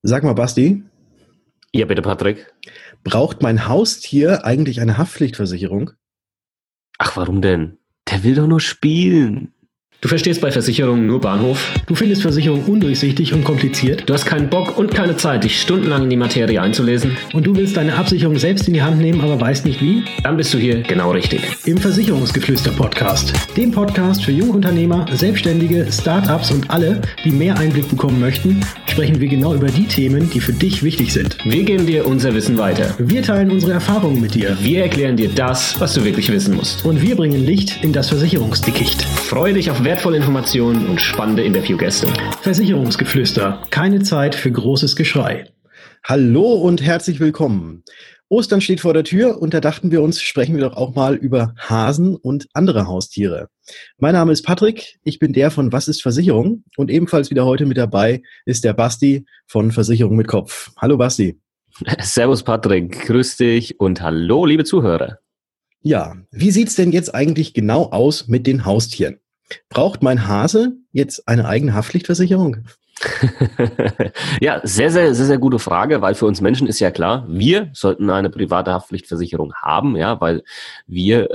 Sag mal, Basti, Ja, bitte, Patrick. braucht mein Haustier eigentlich eine Haftpflichtversicherung? Ach, warum denn? Der will doch nur spielen. Du verstehst bei Versicherungen nur Bahnhof. Du findest Versicherungen undurchsichtig und kompliziert. Du hast keinen Bock und keine Zeit, dich stundenlang in die Materie einzulesen. Und du willst deine Absicherung selbst in die Hand nehmen, aber weißt nicht wie? Dann bist du hier genau richtig. Im Versicherungsgeflüster-Podcast. Dem Podcast für Jungunternehmer, Selbstständige, Startups und alle, die mehr Einblick bekommen möchten, sprechen wir genau über die Themen, die für dich wichtig sind. Wir geben dir unser Wissen weiter. Wir teilen unsere Erfahrungen mit dir. Wir erklären dir das, was du wirklich wissen musst. Und wir bringen Licht in das Versicherungsdickicht. Freue dich auf wertvolle Informationen und spannende Interviewgäste. Versicherungsgeflüster. Keine Zeit für großes Geschrei. Hallo und herzlich willkommen. Ostern steht vor der Tür und da dachten wir uns, sprechen wir doch auch mal über Hasen und andere Haustiere. Mein Name ist Patrick, ich bin der von Was ist Versicherung und ebenfalls wieder heute mit dabei ist der Basti von Versicherung mit Kopf. Hallo Basti. Servus, Patrick. Grüß dich und hallo, liebe Zuhörer. Ja, wie sieht's denn jetzt eigentlich genau aus mit den Haustieren? Braucht mein Hase jetzt eine eigene Haftpflichtversicherung? Ja, sehr gute Frage, weil für uns Menschen ist ja klar, wir sollten eine private Haftpflichtversicherung haben, ja, weil wir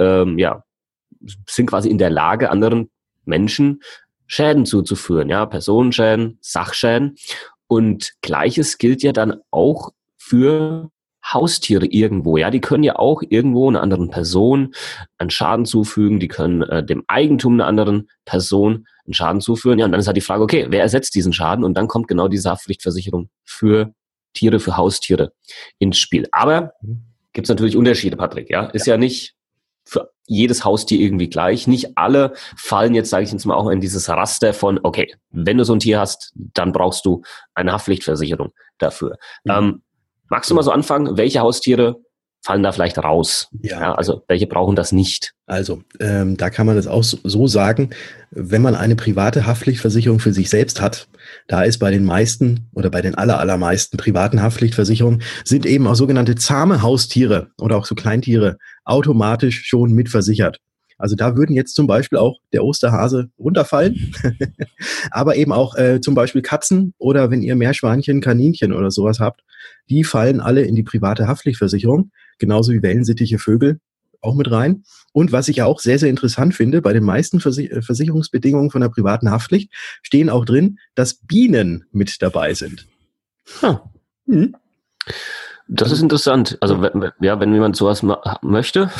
sind quasi in der Lage, anderen Menschen Schäden zuzuführen, ja, Personenschäden, Sachschäden. Und Gleiches gilt ja dann auch für Haustiere irgendwo, ja, die können ja auch irgendwo einer anderen Person einen Schaden zufügen, die können dem Eigentum einer anderen Person einen Schaden zuführen, ja, und dann ist halt die Frage, okay, wer ersetzt diesen Schaden? Und dann kommt genau diese Haftpflichtversicherung für Tiere, für Haustiere ins Spiel. Aber gibt es natürlich Unterschiede, Patrick, ja, ist ja nicht für jedes Haustier irgendwie gleich. Nicht alle fallen jetzt, sage ich jetzt mal, auch in dieses Raster von, okay, wenn du so ein Tier hast, dann brauchst du eine Haftpflichtversicherung dafür. Magst du mal so anfangen, welche Haustiere fallen da vielleicht raus? Ja, also welche brauchen das nicht? Also, da kann man das auch so sagen, wenn man eine private Haftpflichtversicherung für sich selbst hat, da ist bei den meisten oder bei den allermeisten privaten Haftpflichtversicherungen sind eben auch sogenannte zahme Haustiere oder auch so Kleintiere automatisch schon mitversichert. Also da würden jetzt zum Beispiel auch der Osterhase runterfallen, aber eben auch zum Beispiel Katzen oder wenn ihr Meerschweinchen, Kaninchen oder sowas habt, die fallen alle in die private Haftpflichtversicherung, genauso wie wellensittiche Vögel auch mit rein. Und was ich auch sehr interessant finde, bei den meisten Versicherungsbedingungen von der privaten Haftpflicht stehen auch drin, dass Bienen mit dabei sind. Das ist interessant. Also wenn jemand sowas möchte.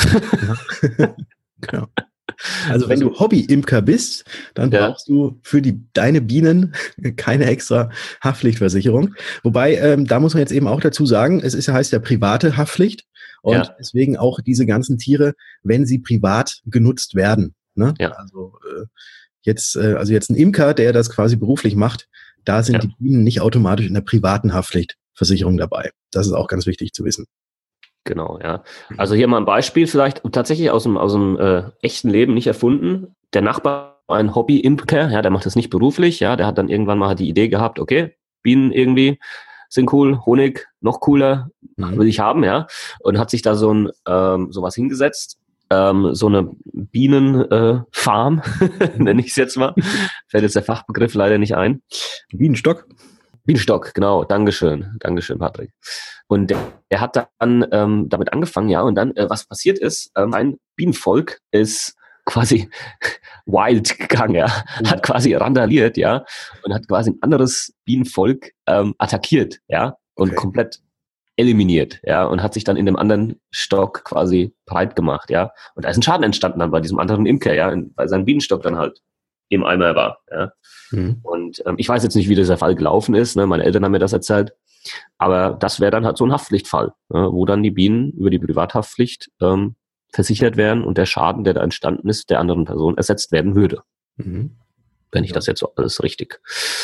Genau. Also wenn du Hobby-Imker bist, dann brauchst du für deine Bienen keine extra Haftpflichtversicherung. Wobei, da muss man jetzt eben auch dazu sagen, heißt ja private Haftpflicht und deswegen auch diese ganzen Tiere, wenn sie privat genutzt werden. Ne? Ja. Also jetzt ein Imker, der das quasi beruflich macht, da sind die Bienen nicht automatisch in der privaten Haftpflichtversicherung dabei. Das ist auch ganz wichtig zu wissen. Genau, ja. Also hier mal ein Beispiel, vielleicht tatsächlich aus dem echten Leben, nicht erfunden. Der Nachbar, ein Hobby-Imker, ja, der macht das nicht beruflich, ja, der hat dann irgendwann mal die Idee gehabt, okay, Bienen irgendwie sind cool, Honig noch cooler, will ich haben, ja, und hat sich da sowas hingesetzt, so eine Bienenfarm, nenne ich es jetzt mal, fällt jetzt der Fachbegriff leider nicht ein. Bienenstock, genau. Dankeschön, Patrick. Und er hat dann damit angefangen, ja, und dann, was passiert ist, ein Bienenvolk ist quasi wild gegangen, ja, hat quasi randaliert, ja, und hat quasi ein anderes Bienenvolk attackiert, ja, und komplett eliminiert, ja, und hat sich dann in dem anderen Stock quasi breit gemacht, ja, und da ist ein Schaden entstanden dann bei diesem anderen Imker, ja, weil sein Bienenstock dann halt im Eimer war, ja. Und ich weiß jetzt nicht, wie dieser Fall gelaufen ist, ne? Meine Eltern haben mir das erzählt, aber das wäre dann halt so ein Haftpflichtfall, ne? Wo dann die Bienen über die Privathaftpflicht versichert werden und der Schaden, der da entstanden ist, der anderen Person ersetzt werden würde. Wenn ich das jetzt so alles richtig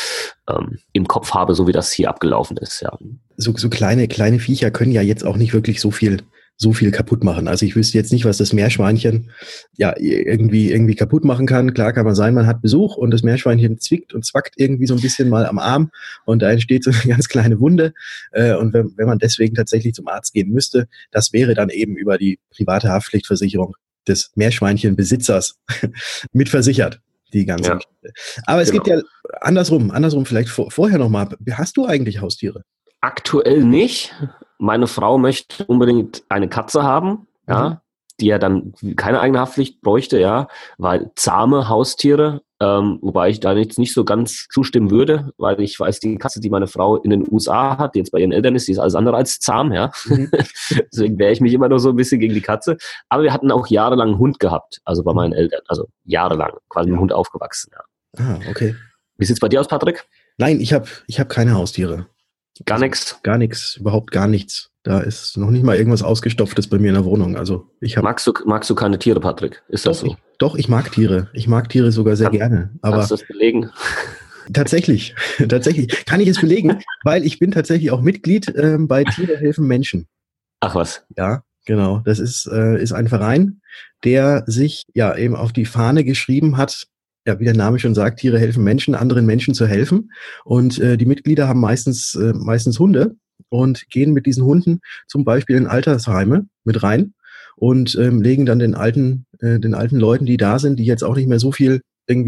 im Kopf habe, so wie das hier abgelaufen ist, ja. So kleine Viecher können ja jetzt auch nicht wirklich so viel kaputt machen. Also ich wüsste jetzt nicht, was das Meerschweinchen ja irgendwie kaputt machen kann. Klar kann man sein, man hat Besuch und das Meerschweinchen zwickt und zwackt irgendwie so ein bisschen mal am Arm und da entsteht so eine ganz kleine Wunde. Und wenn man deswegen tatsächlich zum Arzt gehen müsste, das wäre dann eben über die private Haftpflichtversicherung des Meerschweinchenbesitzers mitversichert. Die ganze Geschichte. Aber es gibt ja andersrum vielleicht vorher nochmal. Hast du eigentlich Haustiere? Aktuell nicht. Meine Frau möchte unbedingt eine Katze haben, ja, die ja dann keine eigene Haftpflicht bräuchte, ja, weil zahme Haustiere, wobei ich da jetzt nicht so ganz zustimmen würde, weil ich weiß, die Katze, die meine Frau in den USA hat, die jetzt bei ihren Eltern ist, die ist alles andere als zahm, ja. Deswegen wehre ich mich immer noch so ein bisschen gegen die Katze. Aber wir hatten auch jahrelang einen Hund gehabt, also bei meinen Eltern, also jahrelang, quasi mit dem Hund aufgewachsen, ja. Ah, okay. Wie sieht's bei dir aus, Patrick? Nein, ich hab keine Haustiere. Gar nichts? Gar nichts, überhaupt gar nichts. Da ist noch nicht mal irgendwas Ausgestopftes bei mir in der Wohnung. Also magst du keine Tiere, Patrick? Ist das so? Doch, ich mag Tiere. Ich mag Tiere sogar sehr gerne. Aber kannst du das belegen? Tatsächlich kann ich es belegen, weil ich bin tatsächlich auch Mitglied bei Tiere helfen Menschen. Ach was? Ja, genau. Das ist ein Verein, der sich ja eben auf die Fahne geschrieben hat, ja, wie der Name schon sagt, Tiere helfen Menschen, anderen Menschen zu helfen. Und die Mitglieder haben meistens Hunde und gehen mit diesen Hunden zum Beispiel in Altersheime mit rein und legen dann den alten Leuten, die da sind, die jetzt auch nicht mehr so viel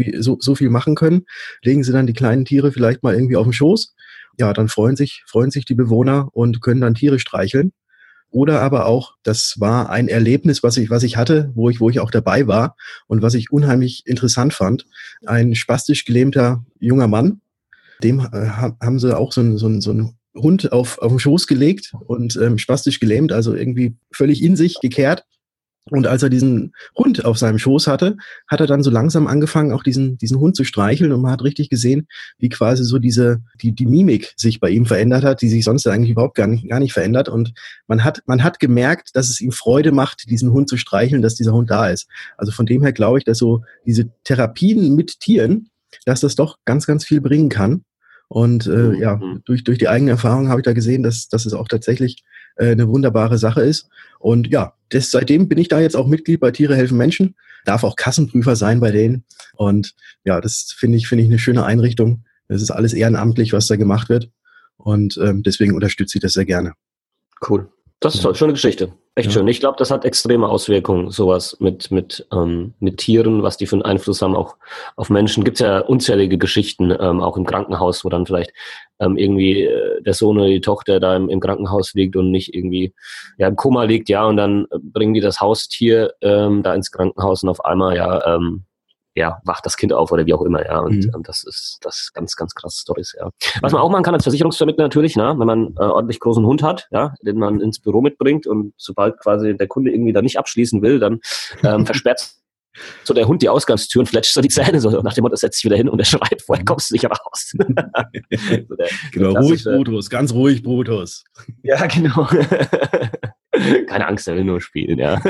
machen können, legen sie dann die kleinen Tiere vielleicht mal irgendwie auf den Schoß. Ja, dann freuen sich die Bewohner und können dann Tiere streicheln. Oder aber auch, das war ein Erlebnis, was ich hatte, wo ich auch dabei war und was ich unheimlich interessant fand. Ein spastisch gelähmter junger Mann, dem haben sie auch so einen Hund auf den Schoß gelegt und spastisch gelähmt, also irgendwie völlig in sich gekehrt. Und als er diesen Hund auf seinem Schoß hatte, hat er dann so langsam angefangen, auch diesen Hund zu streicheln. Und man hat richtig gesehen, wie quasi so die Mimik sich bei ihm verändert hat, die sich sonst eigentlich überhaupt gar nicht verändert. Und man hat gemerkt, dass es ihm Freude macht, diesen Hund zu streicheln, dass dieser Hund da ist. Also von dem her glaube ich, dass so diese Therapien mit Tieren, dass das doch ganz, ganz viel bringen kann. Und durch die eigene Erfahrung habe ich da gesehen, dass es auch tatsächlich eine wunderbare Sache ist. Und ja, seitdem bin ich da jetzt auch Mitglied bei Tiere helfen Menschen, darf auch Kassenprüfer sein bei denen. Und ja, das finde ich eine schöne Einrichtung. Das ist alles ehrenamtlich, was da gemacht wird. Und deswegen unterstütze ich das sehr gerne. Cool. Das ist toll, schöne Geschichte. Echt schön. Ich glaube, das hat extreme Auswirkungen, sowas mit Tieren, was die für einen Einfluss haben, auch auf Menschen. Gibt es ja unzählige Geschichten, auch im Krankenhaus, wo dann vielleicht irgendwie der Sohn oder die Tochter da im Krankenhaus liegt und nicht irgendwie im Koma liegt, ja, und dann bringen die das Haustier da ins Krankenhaus und auf einmal wacht das Kind auf oder wie auch immer, ja, und das ist ganz, ganz krasse Storys, ja. Was man auch machen kann als Versicherungsvermittler natürlich, ne, wenn man ordentlich großen Hund hat, ja, den man ins Büro mitbringt und sobald quasi der Kunde irgendwie da nicht abschließen will, dann versperrt so der Hund die Ausgangstür und fletscht so die Zähne, so nach dem Motto, setzt sich wieder hin und er schreit, vorher kommst du nicht raus. So genau, ruhig, Brutus, ganz ruhig, Brutus. Ja, genau. Keine Angst, er will nur spielen, ja.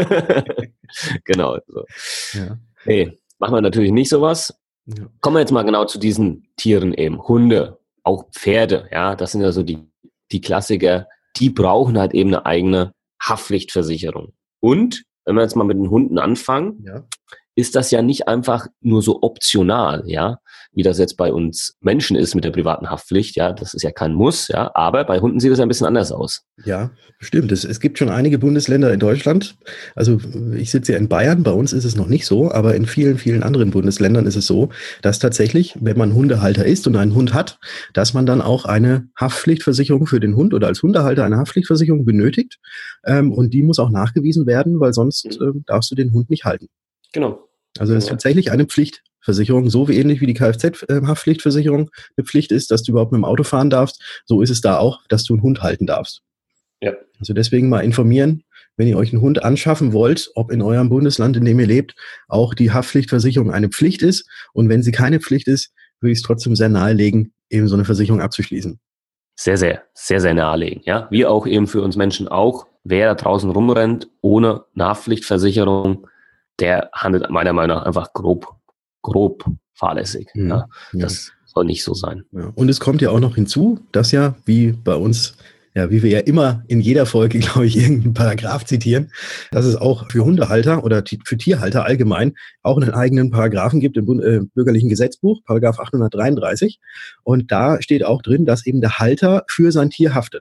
Genau, so. Ja. Nee. Machen wir natürlich nicht sowas. Ja. Kommen wir jetzt mal genau zu diesen Tieren eben. Hunde, auch Pferde, ja, das sind ja so die Klassiker, die brauchen halt eben eine eigene Haftpflichtversicherung. Und wenn wir jetzt mal mit den Hunden anfangen, ist das ja nicht einfach nur so optional, ja, wie das jetzt bei uns Menschen ist mit der privaten Haftpflicht, ja, das ist ja kein Muss, ja, aber bei Hunden sieht das ja ein bisschen anders aus. Ja, stimmt. Es gibt schon einige Bundesländer in Deutschland. Also ich sitze ja in Bayern, bei uns ist es noch nicht so, aber in vielen, vielen anderen Bundesländern ist es so, dass tatsächlich, wenn man Hundehalter ist und einen Hund hat, dass man dann auch eine Haftpflichtversicherung für den Hund oder als Hundehalter eine Haftpflichtversicherung benötigt. Und die muss auch nachgewiesen werden, weil sonst darfst du den Hund nicht halten. Genau. Also das ist tatsächlich eine Pflichtversicherung, so wie ähnlich wie die Kfz-Haftpflichtversicherung eine Pflicht ist, dass du überhaupt mit dem Auto fahren darfst. So ist es da auch, dass du einen Hund halten darfst. Ja. Also deswegen mal informieren, wenn ihr euch einen Hund anschaffen wollt, ob in eurem Bundesland, in dem ihr lebt, auch die Haftpflichtversicherung eine Pflicht ist. Und wenn sie keine Pflicht ist, würde ich es trotzdem sehr nahelegen, eben so eine Versicherung abzuschließen. Sehr, sehr, sehr, sehr nahelegen. Ja, wie auch eben für uns Menschen auch. Wer da draußen rumrennt ohne eine Haftpflichtversicherung, der handelt meiner Meinung nach einfach grob fahrlässig. Ja. Das soll nicht so sein. Ja. Und es kommt ja auch noch hinzu, dass ja, wie bei uns, wie wir ja immer in jeder Folge, glaube ich, irgendeinen Paragraph zitieren, dass es auch für Hundehalter oder für Tierhalter allgemein auch einen eigenen Paragraphen gibt im bürgerlichen Gesetzbuch, Paragraph 833. Und da steht auch drin, dass eben der Halter für sein Tier haftet.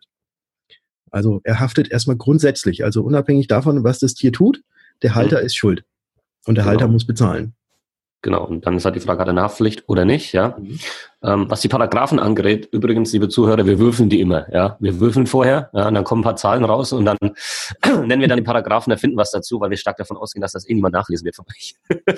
Also er haftet erstmal grundsätzlich, also unabhängig davon, was das Tier tut, der Halter ist schuld. Und der Halter muss bezahlen. Genau, und dann ist halt die Frage, hat er eine Haftpflicht oder nicht, ja. Was die Paragraphen angeht, übrigens, liebe Zuhörer, wir würfeln die immer, ja. Wir würfeln vorher, ja, und dann kommen ein paar Zahlen raus und dann nennen wir dann die Paragraphen, erfinden was dazu, weil wir stark davon ausgehen, dass das irgendjemand nachlesen wird von euch.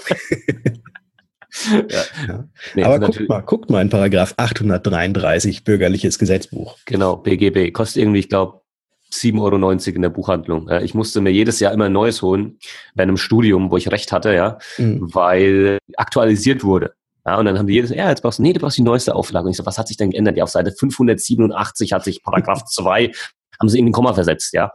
Ja. Nee, aber guckt mal in Paragraph 833 Bürgerliches Gesetzbuch. Genau, BGB. Kostet irgendwie, ich glaube, 7,90 € in der Buchhandlung. Ich musste mir jedes Jahr immer ein neues holen bei einem Studium, wo ich Recht hatte, ja, weil aktualisiert wurde. Ja, und dann haben die jedes Jahr, jetzt brauchst du die neueste Auflage. Und ich so, was hat sich denn geändert? Ja, auf Seite 587 hat sich Paragraph 2, haben sie in den Komma versetzt, ja.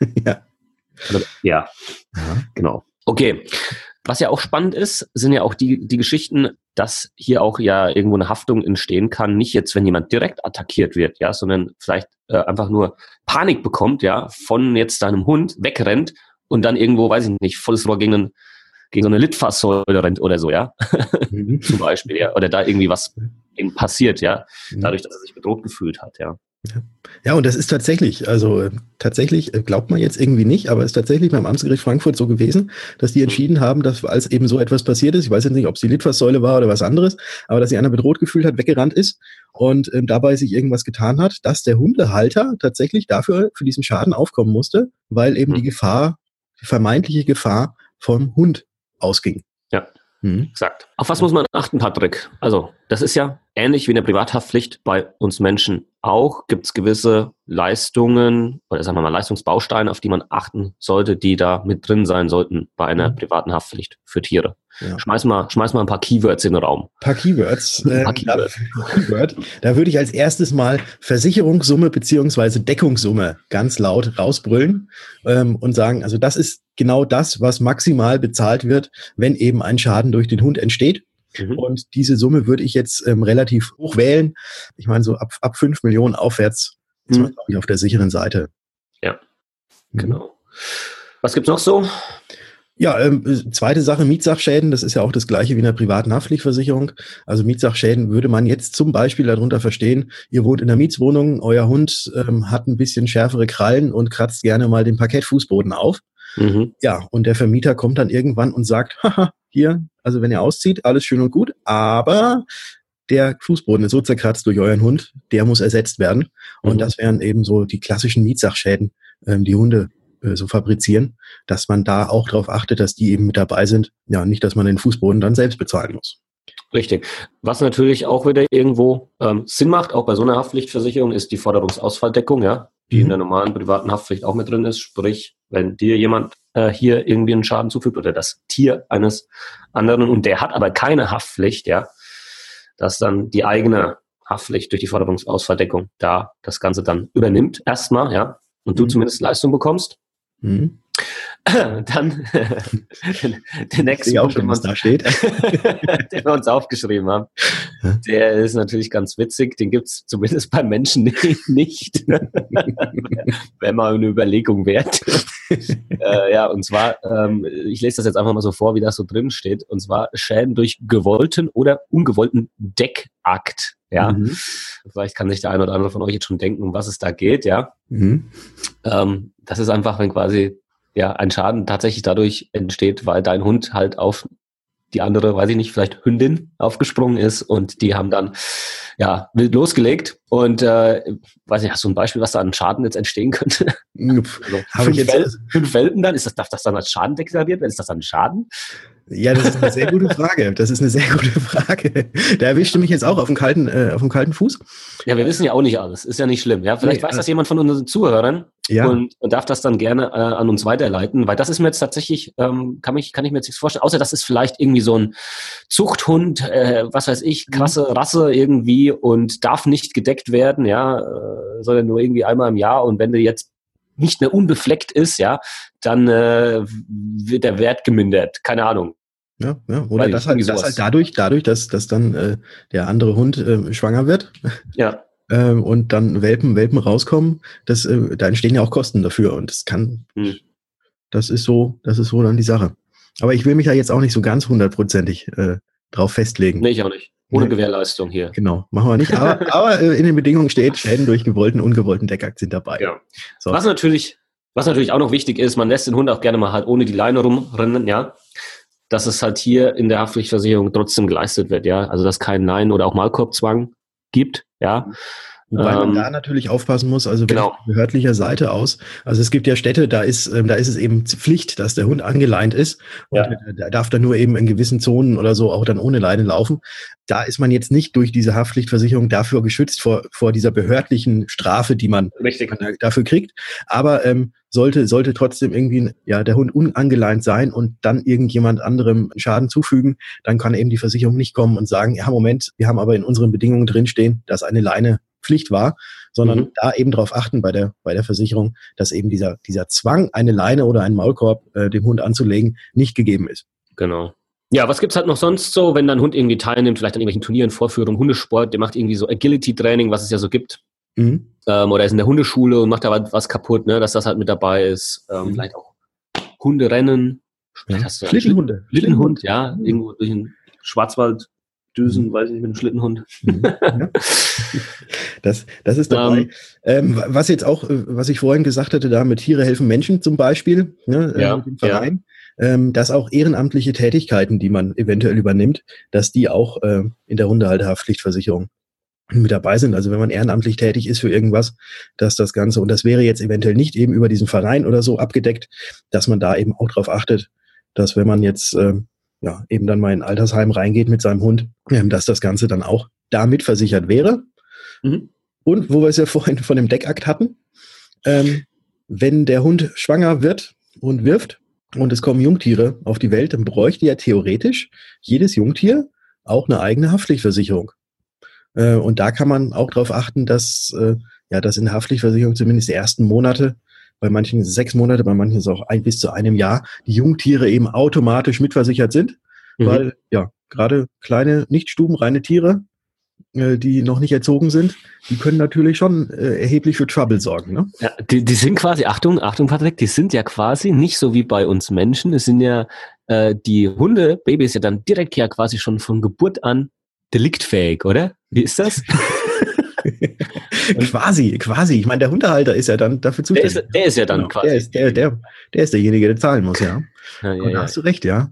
Ja, genau. Okay. Was ja auch spannend ist, sind ja auch die Geschichten, dass hier auch ja irgendwo eine Haftung entstehen kann. Nicht jetzt, wenn jemand direkt attackiert wird, ja, sondern vielleicht einfach nur Panik bekommt, ja, von jetzt seinem Hund wegrennt und dann irgendwo, weiß ich nicht, volles Rohr gegen so eine Litfaßsäule rennt oder so, ja. Zum Beispiel, ja. Oder da irgendwie was eben passiert, ja. Dadurch, dass er sich bedroht gefühlt hat, ja. Ja, und das ist tatsächlich, glaubt man jetzt irgendwie nicht, aber es ist tatsächlich beim Amtsgericht Frankfurt so gewesen, dass die entschieden haben, dass als eben so etwas passiert ist, ich weiß jetzt nicht, ob es die Litfaßsäule war oder was anderes, aber dass sich einer bedroht gefühlt hat, weggerannt ist und dabei sich irgendwas getan hat, dass der Hundehalter tatsächlich für diesen Schaden aufkommen musste, weil eben die vermeintliche Gefahr vom Hund ausging. Ja. Exakt. Auf was muss man achten, Patrick? Also, das ist ja ähnlich wie eine Privathaftpflicht bei uns Menschen auch. Gibt es gewisse Leistungen oder sagen wir mal Leistungsbausteine, auf die man achten sollte, die da mit drin sein sollten bei einer privaten Haftpflicht für Tiere? Ja. Schmeiß mal ein paar Keywords in den Raum. Ein paar Keywords. Da würde ich als erstes mal Versicherungssumme beziehungsweise Deckungssumme ganz laut rausbrüllen und sagen, also das ist genau das, was maximal bezahlt wird, wenn eben ein Schaden durch den Hund entsteht. Und diese Summe würde ich jetzt relativ hoch wählen. Ich meine, so ab 5 Millionen aufwärts ist man, glaube ich, auf der sicheren Seite. Ja, genau. Was gibt's noch so? Ja, zweite Sache, Mietsachschäden, das ist ja auch das gleiche wie in der privaten Haftpflichtversicherung. Also Mietsachschäden würde man jetzt zum Beispiel darunter verstehen, ihr wohnt in einer Mietswohnung, euer Hund hat ein bisschen schärfere Krallen und kratzt gerne mal den Parkettfußboden auf. Ja, und der Vermieter kommt dann irgendwann und sagt, haha, hier, also wenn ihr auszieht, alles schön und gut, aber der Fußboden ist so zerkratzt durch euren Hund, der muss ersetzt werden. Und das wären eben so die klassischen Mietsachschäden, die Hunde so fabrizieren, dass man da auch darauf achtet, dass die eben mit dabei sind. Ja, nicht, dass man den Fußboden dann selbst bezahlen muss. Richtig. Was natürlich auch wieder irgendwo Sinn macht, auch bei so einer Haftpflichtversicherung, ist die Forderungsausfalldeckung, ja, die in der normalen privaten Haftpflicht auch mit drin ist. Sprich, wenn dir jemand hier irgendwie einen Schaden zufügt oder das Tier eines anderen und der hat aber keine Haftpflicht, ja, dass dann die eigene Haftpflicht durch die Forderungsausfalldeckung da das Ganze dann übernimmt erstmal, ja, und du zumindest Leistung bekommst. Dann der nächste Punkt, schon, was da steht, den wir uns aufgeschrieben haben, der ist natürlich ganz witzig. Den gibt es zumindest beim Menschen nicht. Wäre mal eine Überlegung wert. Ja, und zwar, ich lese das jetzt einfach mal so vor, wie das so drin steht. Und zwar Schäden durch gewollten oder ungewollten Deckakt. Ja, vielleicht kann sich der eine oder andere von euch jetzt schon denken, um was es da geht. Ja, das ist einfach, wenn quasi ein Schaden tatsächlich dadurch entsteht, weil dein Hund halt auf die andere, weiß ich nicht, vielleicht Hündin aufgesprungen ist und die haben dann wild losgelegt und weiß nicht, hast du ein Beispiel, was da an Schaden jetzt entstehen könnte? Also, 5 Welpen dann, darf das dann als Schaden deklariert werden? Ist das dann ein Schaden? Ja, das ist eine sehr gute Frage. Da erwischte mich jetzt auch auf dem kalten Fuß. Ja, wir wissen ja auch nicht alles. Ist ja nicht schlimm. Ja, vielleicht weiß das jemand von unseren Zuhörern und darf das dann gerne an uns weiterleiten, weil das ist mir jetzt tatsächlich, kann ich mir jetzt nichts vorstellen, außer das ist vielleicht irgendwie so ein Zuchthund, was weiß ich, krasse Rasse irgendwie und darf nicht gedeckt werden, ja, sondern nur irgendwie einmal im Jahr und wenn du jetzt nicht mehr unbefleckt ist, ja, dann wird der Wert gemindert. Keine Ahnung. Ja, oder das halt dadurch, dass dann der andere Hund schwanger wird. Ja. Und dann Welpen rauskommen, da entstehen ja auch Kosten dafür und das ist so dann die Sache. Aber ich will mich da jetzt auch nicht so ganz 100% drauf festlegen. Nee, ich auch nicht. Ohne Gewährleistung hier. Genau, machen wir nicht. Aber in den Bedingungen steht, Schäden durch gewollten, ungewollten Deckakt sind dabei. Ja. So. Was natürlich auch noch wichtig ist, man lässt den Hund auch gerne mal halt ohne die Leine rumrennen, ja. dass es halt hier in der Haftpflichtversicherung trotzdem geleistet wird, ja. Also dass kein Nein- oder auch Maulkorbzwang gibt, ja. Wobei man da natürlich aufpassen muss, also genau. Von behördlicher Seite aus. Also es gibt ja Städte, da ist es eben Pflicht, dass der Hund angeleint ist. Und der darf dann nur eben in gewissen Zonen oder so auch dann ohne Leine laufen. Da ist man jetzt nicht durch diese Haftpflichtversicherung dafür geschützt vor dieser behördlichen Strafe, die man dafür kriegt. Aber sollte trotzdem irgendwie der Hund unangeleint sein und dann irgendjemand anderem Schaden zufügen, dann kann eben die Versicherung nicht kommen und sagen, ja Moment, wir haben aber in unseren Bedingungen drinstehen, dass eine Leine Pflicht war, sondern da eben darauf achten bei der Versicherung, dass eben dieser Zwang, eine Leine oder einen Maulkorb dem Hund anzulegen, nicht gegeben ist. Genau. Ja, was gibt's halt noch sonst so, wenn dein Hund irgendwie teilnimmt, vielleicht an irgendwelchen Turnieren, Vorführungen, Hundesport, der macht irgendwie so Agility-Training, was es ja so gibt. Oder ist in der Hundeschule und macht da was kaputt, ne, dass das halt mit dabei ist. Vielleicht auch Hunderennen. Schlittenhunde. Schlittenhund, ja. Irgendwo durch den Schwarzwald düsen, weiß ich nicht, mit einem Schlittenhund. Ja. Das ist dabei. Was jetzt auch, was ich vorhin gesagt hatte, da mit Tiere helfen Menschen zum Beispiel, ne, mit dem Verein, dass auch ehrenamtliche Tätigkeiten, die man eventuell übernimmt, dass die auch in der Hundehalterhaftpflichtversicherung mit dabei sind. Also wenn man ehrenamtlich tätig ist für irgendwas, dass das Ganze, und das wäre jetzt eventuell nicht eben über diesen Verein oder so abgedeckt, dass man da eben auch drauf achtet, dass wenn man jetzt eben dann mal in ein Altersheim reingeht mit seinem Hund, dass das Ganze dann auch da mitversichert wäre. Und wo wir es ja vorhin von dem Deckakt hatten, wenn der Hund schwanger wird und wirft und es kommen Jungtiere auf die Welt, dann bräuchte ja theoretisch jedes Jungtier auch eine eigene Haftpflichtversicherung. Und da kann man auch darauf achten, dass in der Haftpflichtversicherung zumindest die ersten Monate, bei manchen 6 Monate, bei manchen ist es auch bis zu einem Jahr, die Jungtiere eben automatisch mitversichert sind, weil gerade kleine, nicht stubenreine Tiere, die noch nicht erzogen sind, die können natürlich schon erheblich für Trouble sorgen. Ne? Ja, die sind quasi, Achtung Patrick, die sind ja quasi nicht so wie bei uns Menschen, es sind ja die Hundebabys ja dann direkt ja quasi schon von Geburt an deliktfähig, oder? Wie ist das? Quasi. Ich meine, der Hundehalter ist ja dann dafür zuständig. Der ist ja dann quasi. Der ist derjenige, der zahlen muss, ja. Da hast du recht, ja.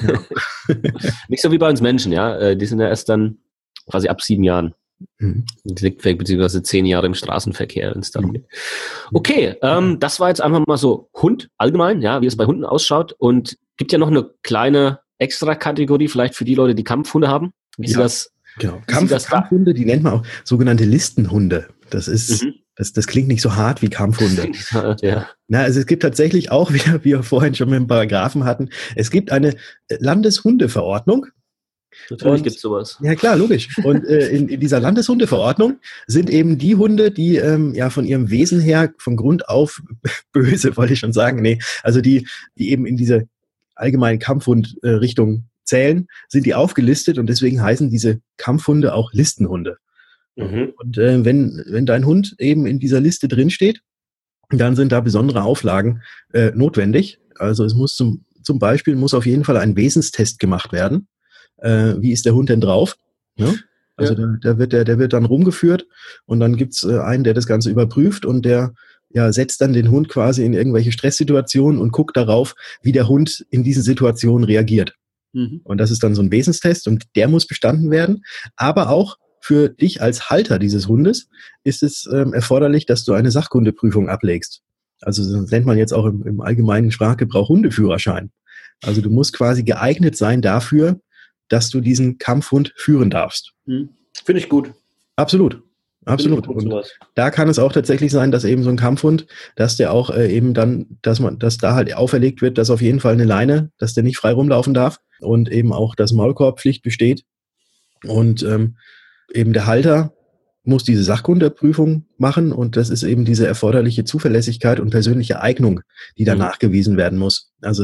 Nicht so wie bei uns Menschen, ja. Die sind ja erst dann quasi ab 7 Jahren deliktfähig, beziehungsweise 10 Jahre im Straßenverkehr, wenn es darum geht. Okay, das war jetzt einfach mal so Hund allgemein, ja, wie es bei Hunden ausschaut. Und gibt ja noch eine kleine Extra-Kategorie vielleicht für die Leute, die Kampfhunde haben. Wie sieht das? Genau. Kampfhunde, die nennt man auch sogenannte Listenhunde. Das ist, das klingt nicht so hart wie Kampfhunde. Ja. Na, also es gibt tatsächlich auch, wie wir vorhin schon mit dem Paragraphen hatten, es gibt eine Landeshundeverordnung. Natürlich gibt es sowas. Ja klar, logisch. Und in dieser Landeshundeverordnung sind eben die Hunde, die von ihrem Wesen her von Grund auf böse, wollte ich schon sagen, also die eben in diese allgemeine Kampfhund-Richtung zählen, sind die aufgelistet und deswegen heißen diese Kampfhunde auch Listenhunde. Und wenn dein Hund eben in dieser Liste drinsteht, dann sind da besondere Auflagen notwendig. Also es muss zum Beispiel muss auf jeden Fall ein Wesenstest gemacht werden. Wie ist der Hund denn drauf? Ja? Also der wird dann rumgeführt und dann gibt's einen, der das Ganze überprüft und der setzt dann den Hund quasi in irgendwelche Stresssituationen und guckt darauf, wie der Hund in diesen Situationen reagiert. Und das ist dann so ein Wesenstest und der muss bestanden werden. Aber auch für dich als Halter dieses Hundes ist es erforderlich, dass du eine Sachkundeprüfung ablegst. Also das nennt man jetzt auch im allgemeinen Sprachgebrauch Hundeführerschein. Also du musst quasi geeignet sein dafür, dass du diesen Kampfhund führen darfst. Finde ich gut. Absolut. Und da kann es auch tatsächlich sein, dass eben so ein Kampfhund, dass der auch eben dann, dass da halt auferlegt wird, dass auf jeden Fall eine Leine, dass der nicht frei rumlaufen darf und eben auch, dass Maulkorbpflicht besteht. Und eben der Halter muss diese Sachkundeprüfung machen und das ist eben diese erforderliche Zuverlässigkeit und persönliche Eignung, die da nachgewiesen werden muss. Also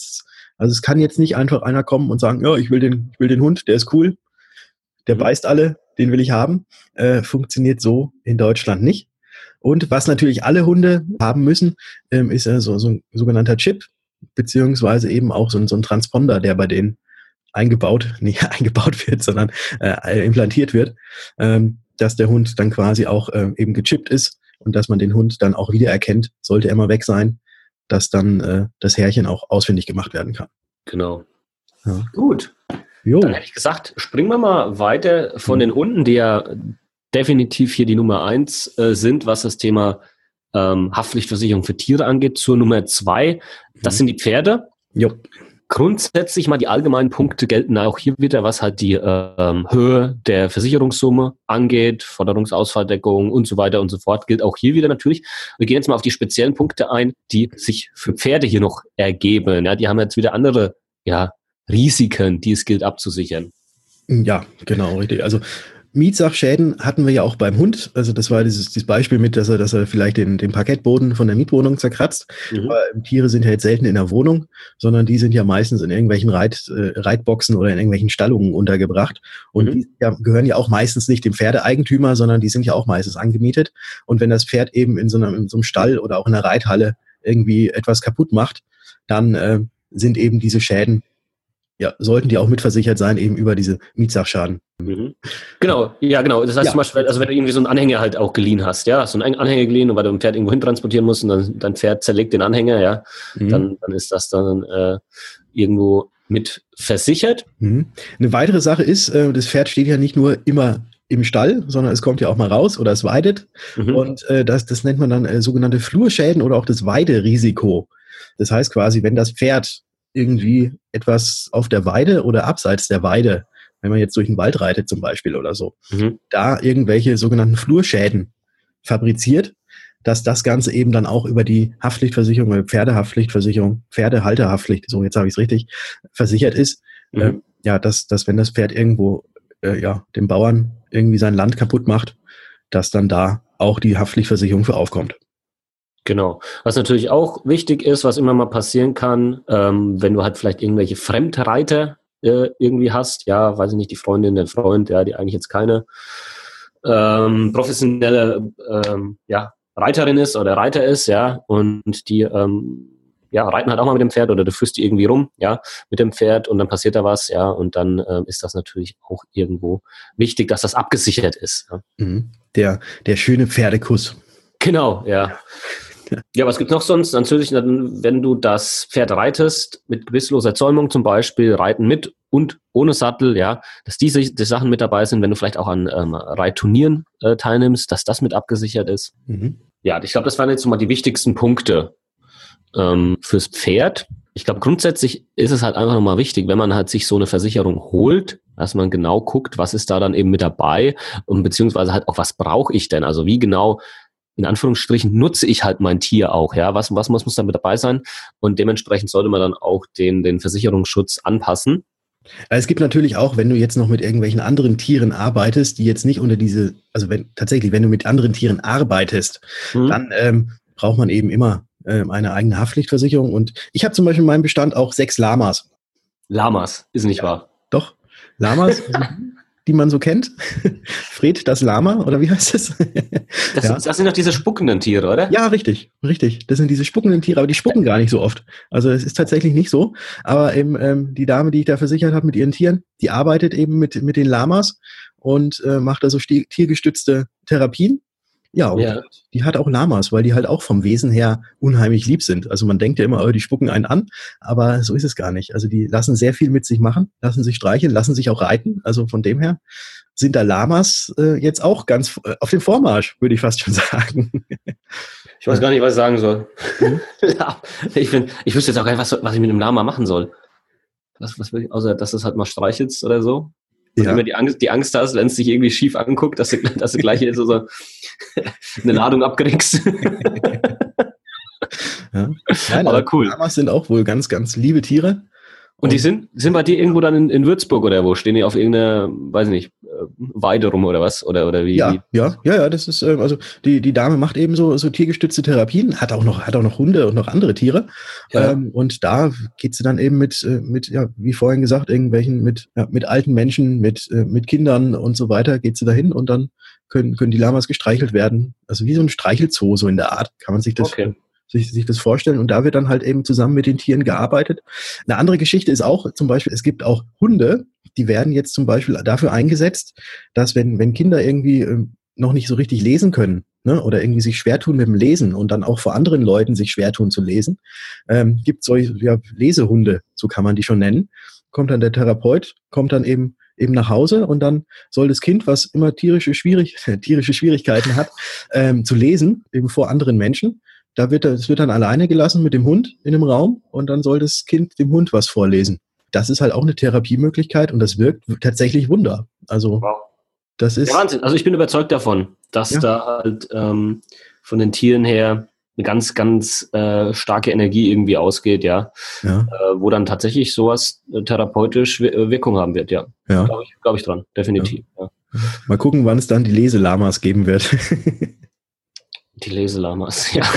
es kann jetzt nicht einfach einer kommen und sagen, ja, ich will den Hund, der ist cool, der beißt alle, den will ich haben. Funktioniert so in Deutschland nicht. Und was natürlich alle Hunde haben müssen, ist so ein sogenannter Chip, beziehungsweise eben auch so ein Transponder, der bei denen nicht eingebaut wird, sondern implantiert wird, dass der Hund dann quasi auch eben gechippt ist und dass man den Hund dann auch wieder erkennt, sollte er mal weg sein, dass dann das Härchen auch ausfindig gemacht werden kann. Genau. Ja. Gut. Jo. Dann hätte ich gesagt, springen wir mal weiter von den Hunden, die ja definitiv hier die Nummer 1 sind, was das Thema Haftpflichtversicherung für Tiere angeht, zur Nummer 2. Das sind die Pferde. Jo. Grundsätzlich mal die allgemeinen Punkte gelten auch hier wieder, was halt die Höhe der Versicherungssumme angeht, Forderungsausfalldeckung und so weiter und so fort, gilt auch hier wieder natürlich. Wir gehen jetzt mal auf die speziellen Punkte ein, die sich für Pferde hier noch ergeben. Ja, die haben jetzt wieder andere Risiken, die es gilt abzusichern. Ja, genau, richtig. Also Mietsachschäden hatten wir ja auch beim Hund. Also das war dieses Beispiel mit, dass er vielleicht den Parkettboden von der Mietwohnung zerkratzt. Aber Tiere sind ja jetzt selten in der Wohnung, sondern die sind ja meistens in irgendwelchen Reitboxen oder in irgendwelchen Stallungen untergebracht. Und die gehören ja auch meistens nicht dem Pferdeeigentümer, sondern die sind ja auch meistens angemietet. Und wenn das Pferd eben in so einem Stall oder auch in einer Reithalle irgendwie etwas kaputt macht, dann sind eben diese Schäden, sollten die auch mitversichert sein, eben über diese Mietsachschaden. Genau, ja genau. Das heißt zum Beispiel, also wenn du irgendwie so einen Anhänger halt auch geliehen hast, so einen Anhänger geliehen und weil du ein Pferd irgendwo hin transportieren musst und dann dein Pferd zerlegt den Anhänger, dann ist das dann irgendwo mit versichert. Eine weitere Sache ist, das Pferd steht ja nicht nur immer im Stall, sondern es kommt ja auch mal raus oder es weidet. Und das nennt man dann sogenannte Flurschäden oder auch das Weiderisiko. Das heißt quasi, wenn das Pferd irgendwie etwas auf der Weide oder abseits der Weide, wenn man jetzt durch den Wald reitet zum Beispiel oder so, da irgendwelche sogenannten Flurschäden fabriziert, dass das Ganze eben dann auch über die Haftpflichtversicherung, Pferdehaftpflichtversicherung, Pferdehalterhaftpflicht, so jetzt habe ich es richtig, versichert ist, dass wenn das Pferd irgendwo dem Bauern irgendwie sein Land kaputt macht, dass dann da auch die Haftpflichtversicherung für aufkommt. Genau. Was natürlich auch wichtig ist, was immer mal passieren kann, wenn du halt vielleicht irgendwelche Fremdreiter irgendwie hast, weiß ich nicht, die Freundin, der Freund, die eigentlich jetzt keine professionelle Reiterin ist oder Reiter ist, und die reiten halt auch mal mit dem Pferd oder du führst die irgendwie rum, mit dem Pferd und dann passiert da was, und dann ist das natürlich auch irgendwo wichtig, dass das abgesichert ist. Der schöne Pferdekuss. Genau, ja. Ja, was gibt es noch sonst? Natürlich, wenn du das Pferd reitest, mit gewissloser Zäumung zum Beispiel, Reiten mit und ohne Sattel, dass die Sachen mit dabei sind, wenn du vielleicht auch an Reitturnieren teilnimmst, dass das mit abgesichert ist. Ja, ich glaube, das waren jetzt mal die wichtigsten Punkte fürs Pferd. Ich glaube, grundsätzlich ist es halt einfach nochmal wichtig, wenn man halt sich so eine Versicherung holt, dass man genau guckt, was ist da dann eben mit dabei und beziehungsweise halt auch, was brauche ich denn? Also wie genau in Anführungsstrichen nutze ich halt mein Tier auch, was muss da mit dabei sein und dementsprechend sollte man dann auch den Versicherungsschutz anpassen. Es gibt natürlich auch, wenn du jetzt noch mit irgendwelchen anderen Tieren arbeitest, die jetzt nicht unter wenn du mit anderen Tieren arbeitest, dann braucht man eben immer eine eigene Haftpflichtversicherung und ich habe zum Beispiel in meinem Bestand auch 6 Lamas. Lamas, ist nicht wahr? Doch, Lamas, die man so kennt. Fred, das Lama, oder wie heißt es? Das sind doch diese spuckenden Tiere, oder? Ja, richtig. Das sind diese spuckenden Tiere, aber die spucken gar nicht so oft. Also es ist tatsächlich nicht so. Aber eben die Dame, die ich da versichert habe mit ihren Tieren, die arbeitet eben mit den Lamas und macht also tiergestützte Therapien. Ja, und die hat auch Lamas, weil die halt auch vom Wesen her unheimlich lieb sind. Also man denkt ja immer, die spucken einen an, aber so ist es gar nicht. Also die lassen sehr viel mit sich machen, lassen sich streicheln, lassen sich auch reiten. Also von dem her sind da Lamas jetzt auch ganz auf dem Vormarsch, würde ich fast schon sagen. Ich weiß gar nicht, was ich sagen soll. Ich wüsste jetzt auch gar nicht, was ich mit einem Lama machen soll. Was will ich, außer dass du es halt mal streichelst oder so. Und immer die Angst hast, wenn es dich irgendwie schief anguckt, dass du gleich hier so eine Ladung abkriegst. Nein, aber cool. Lamas sind auch wohl ganz, ganz liebe Tiere. Und die sind bei dir irgendwo dann in Würzburg oder wo? Stehen die auf irgendeiner, weiß ich nicht, Weide rum oder was? Oder wie? Ja, das ist, also die Dame macht eben so tiergestützte Therapien, hat auch noch Hunde und noch andere Tiere. Ja. Und da geht sie dann eben mit, wie vorhin gesagt, irgendwelchen, mit alten Menschen, mit Kindern und so weiter, geht sie dahin und dann können die Lamas gestreichelt werden. Also wie so ein Streichelzoo, so in der Art, kann man sich das sich das vorstellen. Und da wird dann halt eben zusammen mit den Tieren gearbeitet. Eine andere Geschichte ist auch zum Beispiel, es gibt auch Hunde, die werden jetzt zum Beispiel dafür eingesetzt, dass wenn Kinder irgendwie noch nicht so richtig lesen können, ne, oder irgendwie sich schwer tun mit dem Lesen und dann auch vor anderen Leuten sich schwer tun zu lesen, gibt es solche Lesehunde, so kann man die schon nennen. kommt dann der Therapeut, kommt dann eben nach Hause und dann soll das Kind, was immer tierische Schwierigkeiten hat, zu lesen, eben vor anderen Menschen, es wird dann alleine gelassen mit dem Hund in einem Raum und dann soll das Kind dem Hund was vorlesen. Das ist halt auch eine Therapiemöglichkeit und das wirkt tatsächlich Wunder. Also das ist... Ja, Wahnsinn. Also ich bin überzeugt davon, dass da halt von den Tieren her eine ganz, ganz starke Energie irgendwie ausgeht, wo dann tatsächlich sowas therapeutisch Wirkung haben wird, Glaube ich dran, definitiv. Ja. Mal gucken, wann es dann die Leselamas geben wird. Die Leselamas, ja.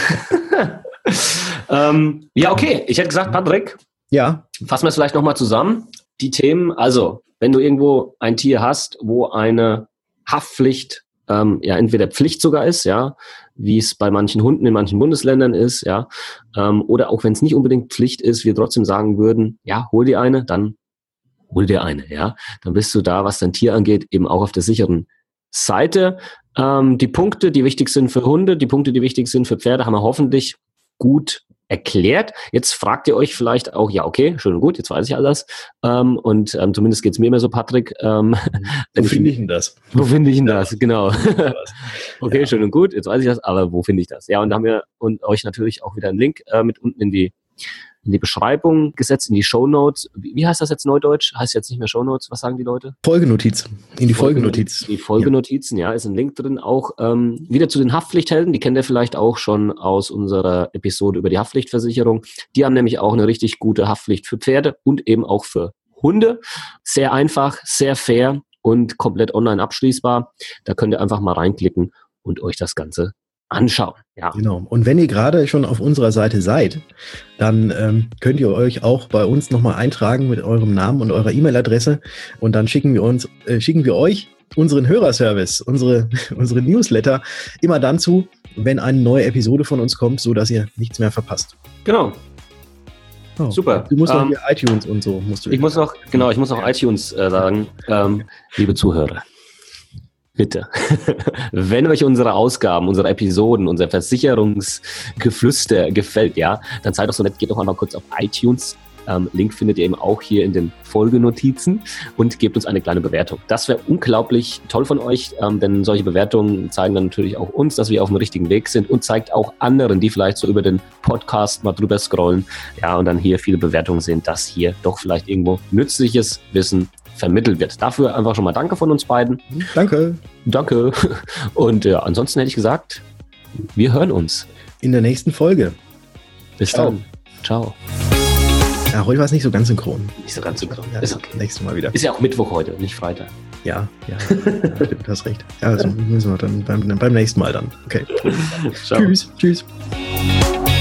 Okay, ich hätte gesagt, Patrick, fassen wir es vielleicht nochmal zusammen. Die Themen, also, wenn du irgendwo ein Tier hast, wo eine Haftpflicht entweder Pflicht sogar ist, wie es bei manchen Hunden in manchen Bundesländern ist, oder auch wenn es nicht unbedingt Pflicht ist, wir trotzdem sagen würden, hol dir eine, dann hol dir eine, dann bist du da, was dein Tier angeht, eben auch auf der sicheren Seite. Die Punkte, die wichtig sind für Hunde, die Punkte, die wichtig sind für Pferde, haben wir hoffentlich gut erklärt. Jetzt fragt ihr euch vielleicht auch, okay, schön und gut, jetzt weiß ich alles. Zumindest geht es mir immer so, Patrick. Wo finde ich denn das? Wo finde ich denn das? Genau. Okay, schön und gut, jetzt weiß ich das, aber wo finde ich das? Ja, und da haben wir euch natürlich auch wieder einen Link mit unten in die Beschreibung gesetzt, in die Shownotes. Wie heißt das jetzt neudeutsch? Heißt jetzt nicht mehr Shownotes, was sagen die Leute? Folgenotiz. In die Folgenotiz. Die Folgenotizen, ist ein Link drin. Auch wieder zu den Haftpflichthelden, die kennt ihr vielleicht auch schon aus unserer Episode über die Haftpflichtversicherung. Die haben nämlich auch eine richtig gute Haftpflicht für Pferde und eben auch für Hunde. Sehr einfach, sehr fair und komplett online abschließbar. Da könnt ihr einfach mal reinklicken und euch das Ganze anschauen. Ja. Genau. Und wenn ihr gerade schon auf unserer Seite seid, dann könnt ihr euch auch bei uns nochmal eintragen mit eurem Namen und eurer E-Mail-Adresse und dann schicken wir euch unseren Hörerservice, unsere Newsletter immer dann zu, wenn eine neue Episode von uns kommt, so dass ihr nichts mehr verpasst. Genau. Oh. Super. Du musst noch hier iTunes und so. Ich muss noch iTunes sagen, liebe Zuhörer. Bitte, wenn euch unsere Ausgaben, unsere Episoden, unser Versicherungsgeflüster gefällt, dann seid doch so nett, geht doch einmal kurz auf iTunes. Link findet ihr eben auch hier in den Folgenotizen und gebt uns eine kleine Bewertung. Das wäre unglaublich toll von euch, denn solche Bewertungen zeigen dann natürlich auch uns, dass wir auf dem richtigen Weg sind und zeigt auch anderen, die vielleicht so über den Podcast mal drüber scrollen, und dann hier viele Bewertungen sehen, dass hier doch vielleicht irgendwo nützliches Wissen vermittelt wird. Dafür einfach schon mal danke von uns beiden. Danke. Und ansonsten hätte ich gesagt, wir hören uns. In der nächsten Folge. Bis dann. Ciao. Ja, heute war es nicht so ganz synchron. Ja, ist okay. Nächstes Mal wieder. Ist ja auch Mittwoch heute, nicht Freitag. Ja, du hast recht. Ja, also müssen wir dann beim nächsten Mal dann. Okay. Ciao. Tschüss.